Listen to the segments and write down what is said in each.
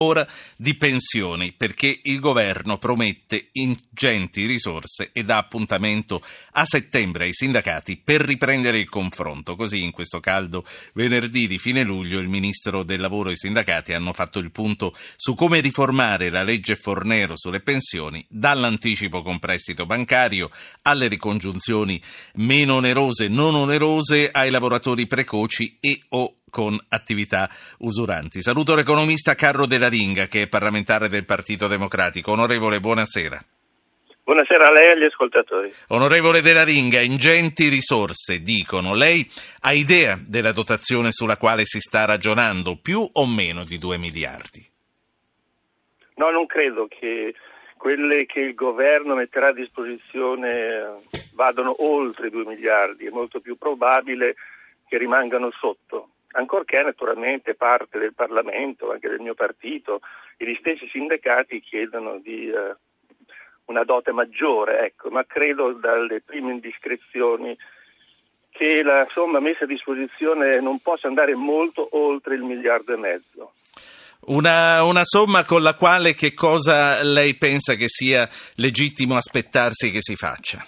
Ora di pensioni, perché il governo promette ingenti risorse e dà appuntamento a settembre ai sindacati per riprendere il confronto. Così in questo caldo venerdì di fine luglio il ministro del lavoro e i sindacati hanno fatto il punto su come riformare la legge Fornero sulle pensioni, dall'anticipo con prestito bancario alle ricongiunzioni meno onerose, non onerose, ai lavoratori precoci e o con attività usuranti. Saluto l'economista Carlo Della Ringa, che è parlamentare del Partito Democratico. Onorevole, buonasera. Buonasera a lei e agli ascoltatori. Onorevole Della Ringa, ingenti risorse, dicono. Lei ha idea della dotazione sulla quale si sta ragionando, più o meno di 2 miliardi? No, non credo che quelle che il governo metterà a disposizione vadano oltre i 2 miliardi. È molto più probabile che rimangano sotto. Ancorché naturalmente parte del Parlamento, anche del mio partito, e gli stessi sindacati chiedono di una dote maggiore, ma credo dalle prime indiscrezioni che la somma messa a disposizione non possa andare molto oltre il 1,5 miliardi. Una somma con la quale che cosa lei pensa che sia legittimo aspettarsi che si faccia?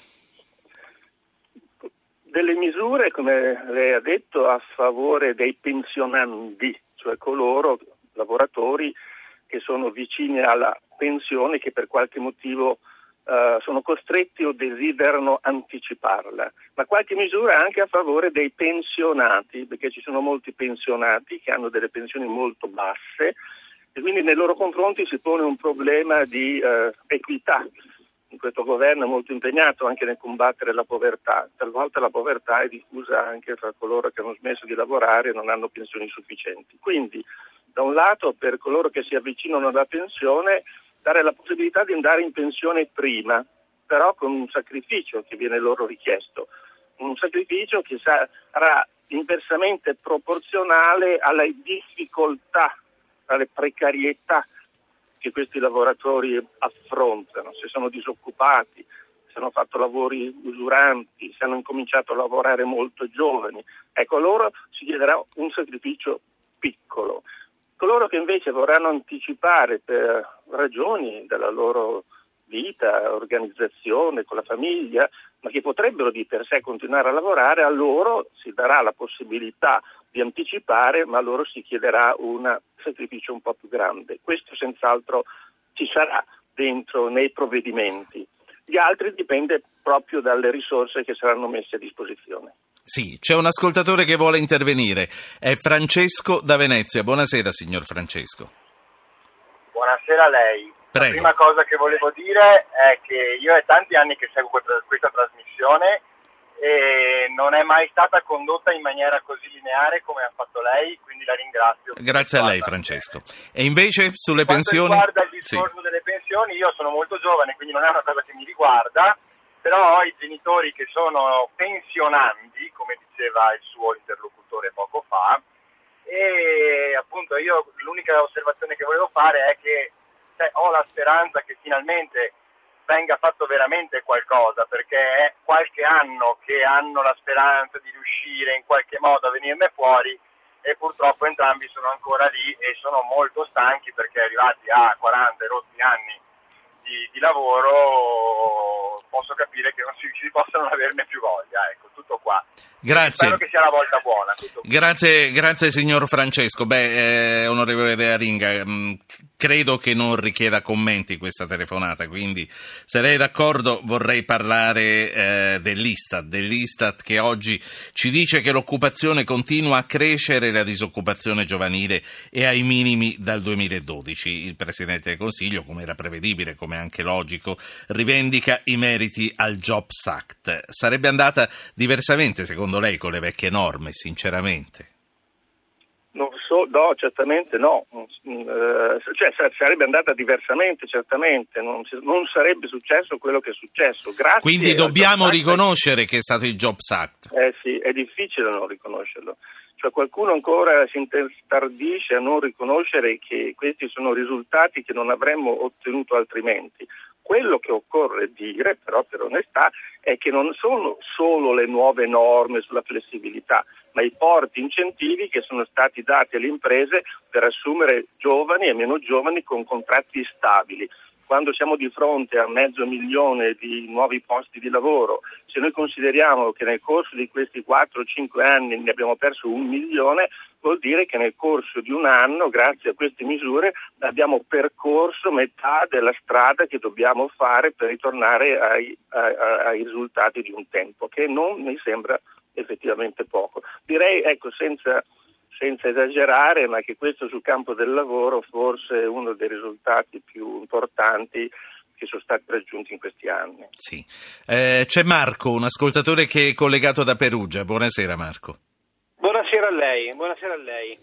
Delle misure, come lei ha detto, a favore dei pensionandi, cioè coloro, lavoratori che sono vicini alla pensione, che per qualche motivo sono costretti o desiderano anticiparla, ma qualche misura anche a favore dei pensionati, perché ci sono molti pensionati che hanno delle pensioni molto basse e quindi nei loro confronti si pone un problema di equità. Questo governo è molto impegnato anche nel combattere la povertà. Talvolta la povertà è diffusa anche tra coloro che hanno smesso di lavorare e non hanno pensioni sufficienti. Quindi, da un lato, per coloro che si avvicinano alla pensione, dare la possibilità di andare in pensione prima, però con un sacrificio che viene loro richiesto. Un sacrificio che sarà inversamente proporzionale alle difficoltà, alle precarietà che questi lavoratori affrontano, se sono disoccupati, se hanno fatto lavori usuranti, se hanno incominciato a lavorare molto giovani. A loro si chiederà un sacrificio piccolo. Coloro che invece vorranno anticipare per ragioni della loro vita, organizzazione, con la famiglia, ma che potrebbero di per sé continuare a lavorare, a loro si darà la possibilità di anticipare, ma a loro si chiederà un sacrificio un po' più grande. Questo senz'altro ci sarà dentro nei provvedimenti. Gli altri dipende proprio dalle risorse che saranno messe a disposizione. Sì, c'è un ascoltatore che vuole intervenire. È Francesco da Venezia. Buonasera, signor Francesco. Buonasera a lei. Prego. La prima cosa che volevo dire è che io è tanti anni che seguo questa trasmissione e non è mai stata condotta in maniera così lineare come ha fatto lei, quindi la ringrazio. Grazie a lei, Francesco. E invece sulle pensioni? Per quanto riguarda il discorso delle pensioni, io sono molto giovane, quindi non è una cosa che mi riguarda, però ho i genitori che sono pensionandi, come diceva il suo interlocutore poco fa, e appunto io l'unica osservazione che volevo fare è che ho la speranza che finalmente venga fatto veramente qualcosa, perché è qualche anno che hanno la speranza di riuscire in qualche modo a venirne fuori e purtroppo entrambi sono ancora lì e sono molto stanchi perché arrivati a 40 rotti anni di lavoro posso capire che non ci possano averne più voglia. Tutto qua. Grazie. Spero che sia la volta buona. Grazie signor Francesco. Onorevole Della Ringa, credo che non richieda commenti questa telefonata, quindi se lei è d'accordo vorrei parlare dell'Istat che oggi ci dice che l'occupazione continua a crescere e la disoccupazione giovanile è ai minimi dal 2012. Il Presidente del Consiglio, come era prevedibile, come anche logico, rivendica i meriti al Jobs Act. Sarebbe andata diversamente secondo lei con le vecchie norme, sinceramente? No, certamente no. Sarebbe andata diversamente, certamente. Non sarebbe successo quello che è successo. Grazie. Quindi dobbiamo riconoscere che è stato il Jobs Act. Sì, è difficile non riconoscerlo. Qualcuno ancora si intestardisce a non riconoscere che questi sono risultati che non avremmo ottenuto altrimenti. Quello che occorre dire, però, per onestà, è che non sono solo le nuove norme sulla flessibilità, ma i forti incentivi che sono stati dati alle imprese per assumere giovani e meno giovani con contratti stabili. Quando siamo di fronte a 500.000 di nuovi posti di lavoro, se noi consideriamo che nel corso di questi 4-5 anni ne abbiamo perso 1 milione, vuol dire che nel corso di un anno, grazie a queste misure, abbiamo percorso metà della strada che dobbiamo fare per ritornare ai risultati di un tempo, che non mi sembra effettivamente poco. Direi, senza esagerare, ma che questo sul campo del lavoro forse è uno dei risultati più importanti che sono stati raggiunti in questi anni. Sì. C'è Marco, un ascoltatore che è collegato da Perugia. Buonasera Marco. Buonasera a lei.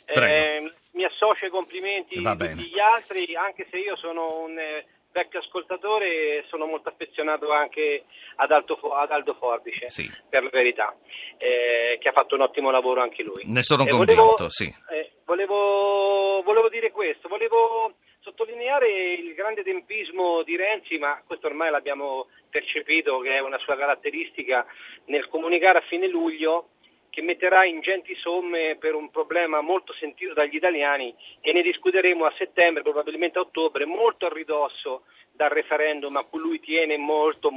Mi associo ai complimenti di tutti gli altri, anche se io sono un vecchio ascoltatore e sono molto affezionato anche ad Aldo Forbice, sì, per la verità, che ha fatto un ottimo lavoro anche lui. Ne sono convinto, sì. Volevo dire questo, volevo sottolineare il grande tempismo di Renzi, ma questo ormai l'abbiamo percepito che è una sua caratteristica nel comunicare a fine luglio che metterà ingenti somme per un problema molto sentito dagli italiani e ne discuteremo a settembre, probabilmente a ottobre, molto a ridosso dal referendum a cui lui tiene molto.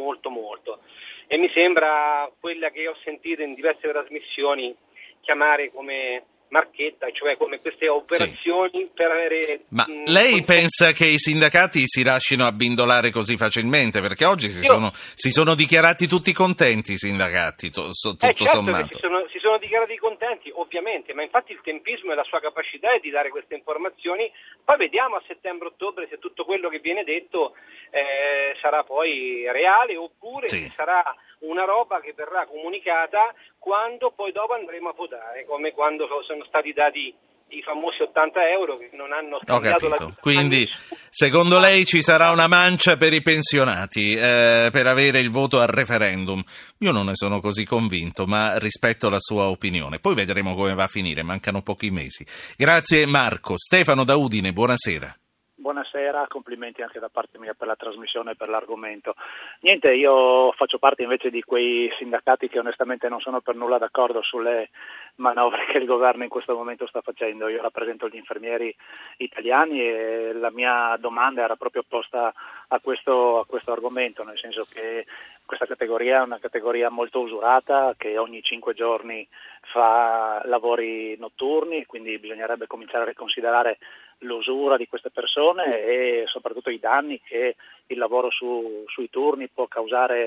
E mi sembra quella che ho sentito in diverse trasmissioni chiamare come marchetta, cioè come queste operazioni per avere... Ma lei pensa che i sindacati si lasciano abbindolare così facilmente? Perché oggi si sono dichiarati tutti contenti i sindacati, tutto sommato. Si sono dichiarati contenti, ovviamente, ma infatti il tempismo e la sua capacità è di dare queste informazioni. Poi vediamo a settembre-ottobre se tutto quello che viene detto sarà poi reale oppure se sarà una roba che verrà comunicata quando poi dopo andremo a votare, come quando sono stati dati i famosi 80 euro che non hanno scambiato la vita. Quindi secondo lei ci sarà una mancia per i pensionati per avere il voto al referendum? Io non ne sono così convinto, ma rispetto la sua opinione. Poi vedremo come va a finire, mancano pochi mesi. Grazie Marco. Stefano da Udine, buonasera. Buonasera, complimenti anche da parte mia per la trasmissione e per l'argomento. Niente, io faccio parte invece di quei sindacati che onestamente non sono per nulla d'accordo sulle manovre che il governo in questo momento sta facendo. Io rappresento gli infermieri italiani e la mia domanda era proprio posta a questo argomento, nel senso che questa categoria è una categoria molto usurata, che ogni 5 giorni fa lavori notturni, quindi bisognerebbe cominciare a riconsiderare l'usura di queste persone e soprattutto i danni che il lavoro sui turni può causare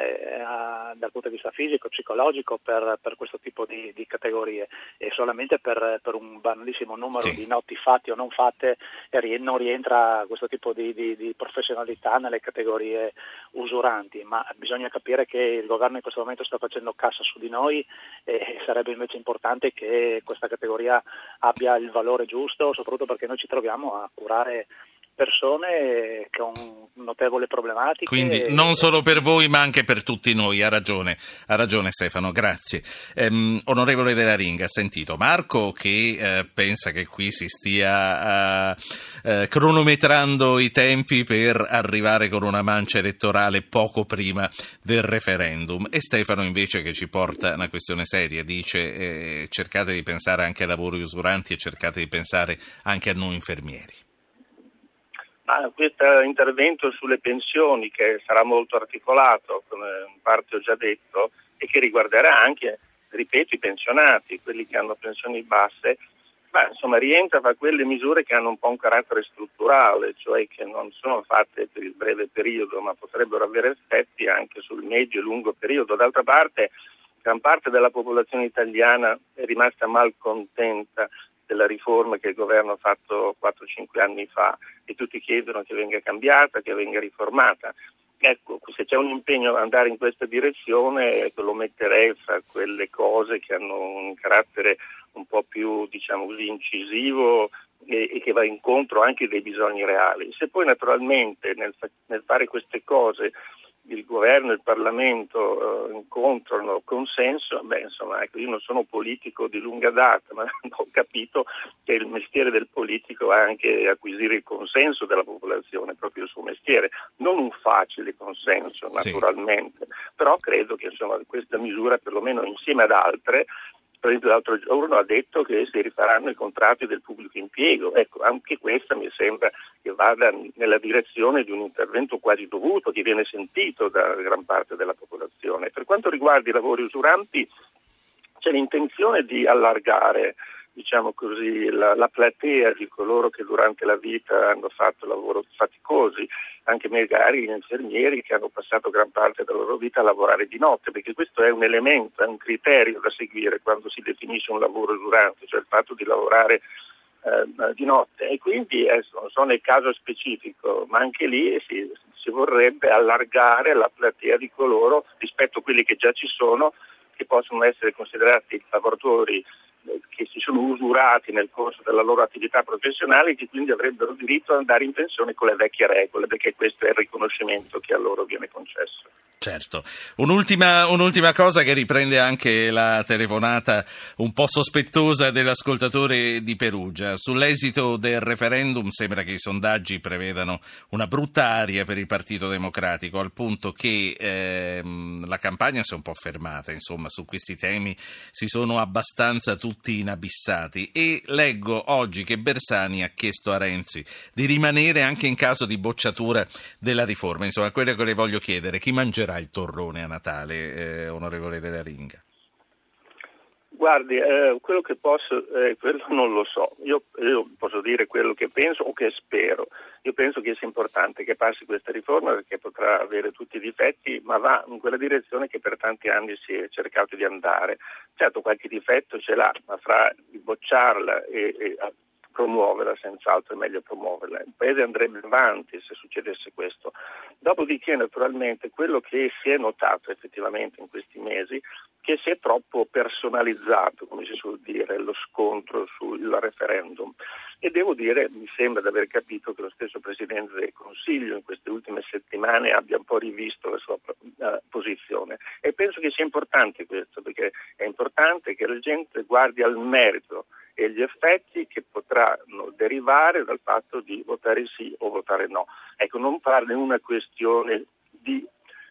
dal punto di vista fisico, psicologico per questo tipo di categorie, e solamente per un banalissimo numero di notti fatte o non fatte non rientra questo tipo di professionalità nelle categorie usuranti, ma bisogna capire che il governo in questo momento sta facendo cassa su di noi e sarebbe invece importante che questa categoria abbia il valore giusto, soprattutto perché noi ci troviamo a curare persone con notevole problematiche. Quindi non solo per voi ma anche per tutti noi, ha ragione Stefano, grazie. Onorevole Della Ringa, ha sentito Marco che pensa che qui si stia cronometrando i tempi per arrivare con una mancia elettorale poco prima del referendum, e Stefano invece che ci porta una questione seria, dice cercate di pensare anche ai lavori usuranti e cercate di pensare anche a noi infermieri. Questo intervento sulle pensioni, che sarà molto articolato, come in parte ho già detto, e che riguarderà anche, ripeto, i pensionati, quelli che hanno pensioni basse, rientra fra quelle misure che hanno un po' un carattere strutturale, cioè che non sono fatte per il breve periodo, ma potrebbero avere effetti anche sul medio e lungo periodo. D'altra parte, gran parte della popolazione italiana è rimasta malcontenta della riforma che il governo ha fatto 4-5 anni fa e tutti chiedono che venga cambiata, che venga riformata. Ecco, se c'è un impegno ad andare in questa direzione, lo metterei fra quelle cose che hanno un carattere un po' più, incisivo e che va incontro anche dei bisogni reali. Se poi naturalmente nel fare queste cose il governo e il Parlamento incontrano consenso, io non sono politico di lunga data, ma ho capito che il mestiere del politico è anche acquisire il consenso della popolazione, proprio il suo mestiere, non un facile consenso naturalmente, però credo che questa misura, perlomeno insieme ad altre, per esempio l'altro giorno ha detto che si rifaranno i contratti del pubblico impiego, ecco, anche questa mi sembra che vada nella direzione di un intervento quasi dovuto, che viene sentito da gran parte della popolazione. Per quanto riguarda i lavori usuranti, c'è l'intenzione di allargare, la platea di coloro che durante la vita hanno fatto lavori faticosi, anche magari gli infermieri che hanno passato gran parte della loro vita a lavorare di notte, perché questo è un elemento, è un criterio da seguire quando si definisce un lavoro usurante, cioè il fatto di lavorare di notte, e quindi non so nel caso specifico, ma anche lì si vorrebbe allargare la platea di coloro rispetto a quelli che già ci sono, che possono essere considerati lavoratori che si sono usurati nel corso della loro attività professionale e che quindi avrebbero diritto ad andare in pensione con le vecchie regole, perché questo è il riconoscimento che a loro viene concesso. Certo. Un'ultima cosa che riprende anche la telefonata un po' sospettosa dell'ascoltatore di Perugia. Sull'esito del referendum sembra che i sondaggi prevedano una brutta aria per il Partito Democratico, al punto che la campagna si è un po' fermata, insomma, su questi temi si sono abbastanza tutti inabissati, e leggo oggi che Bersani ha chiesto a Renzi di rimanere anche in caso di bocciatura della riforma. Insomma, quello che le voglio chiedere: chi mangerà il torrone a Natale, onorevole Della Ringa? Guardi, quello che posso, quello non lo so. Io posso dire quello che penso o che spero. Io penso che sia importante che passi questa riforma, perché potrà avere tutti i difetti, ma va in quella direzione che per tanti anni si è cercato di andare. Certo, qualche difetto ce l'ha, ma fra bocciarla e promuoverla, senz'altro è meglio promuoverla. Il Paese andrebbe avanti se succedesse questo. Dopodiché, naturalmente, quello che si è notato effettivamente in questi mesi, che si è troppo personalizzato, come si suol dire, lo scontro sul referendum. E devo dire, mi sembra di aver capito che lo stesso Presidente del Consiglio in queste ultime settimane abbia un po' rivisto la sua posizione. E penso che sia importante questo, perché è importante che la gente guardi al merito e gli effetti che potranno derivare dal fatto di votare sì o votare no. Ecco, non parla di una questione di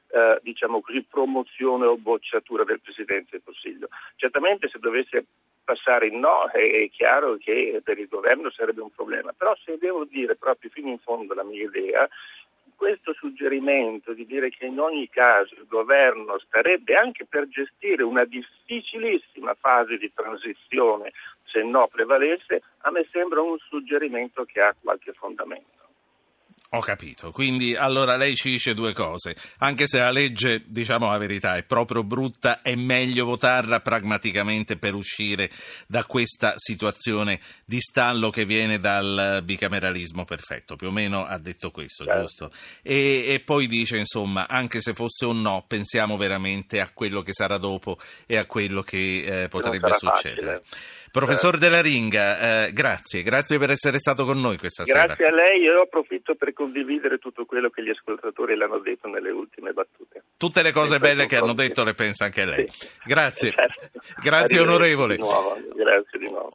promozione o bocciatura del Presidente del Consiglio. Certamente se dovesse passare il no è chiaro che per il governo sarebbe un problema, però se devo dire proprio fino in fondo la mia idea, questo suggerimento di dire che in ogni caso il governo starebbe anche per gestire una difficilissima fase di transizione se il no prevalesse, a me sembra un suggerimento che ha qualche fondamento. Ho capito, quindi allora lei ci dice due cose: anche se la legge, diciamo la verità, è proprio brutta, è meglio votarla pragmaticamente per uscire da questa situazione di stallo che viene dal bicameralismo perfetto, più o meno ha detto questo, giusto? E poi dice, insomma, anche se fosse un no, pensiamo veramente a quello che sarà dopo e a quello che potrebbe succedere. Facile. Professor Della Ringa, grazie per essere stato con noi questa sera. Grazie a lei, io approfitto per condividere tutto quello che gli ascoltatori le hanno detto nelle ultime battute. Tutte le cose belle che hanno detto le pensa anche lei. Sì. Grazie, grazie onorevole. Grazie di nuovo.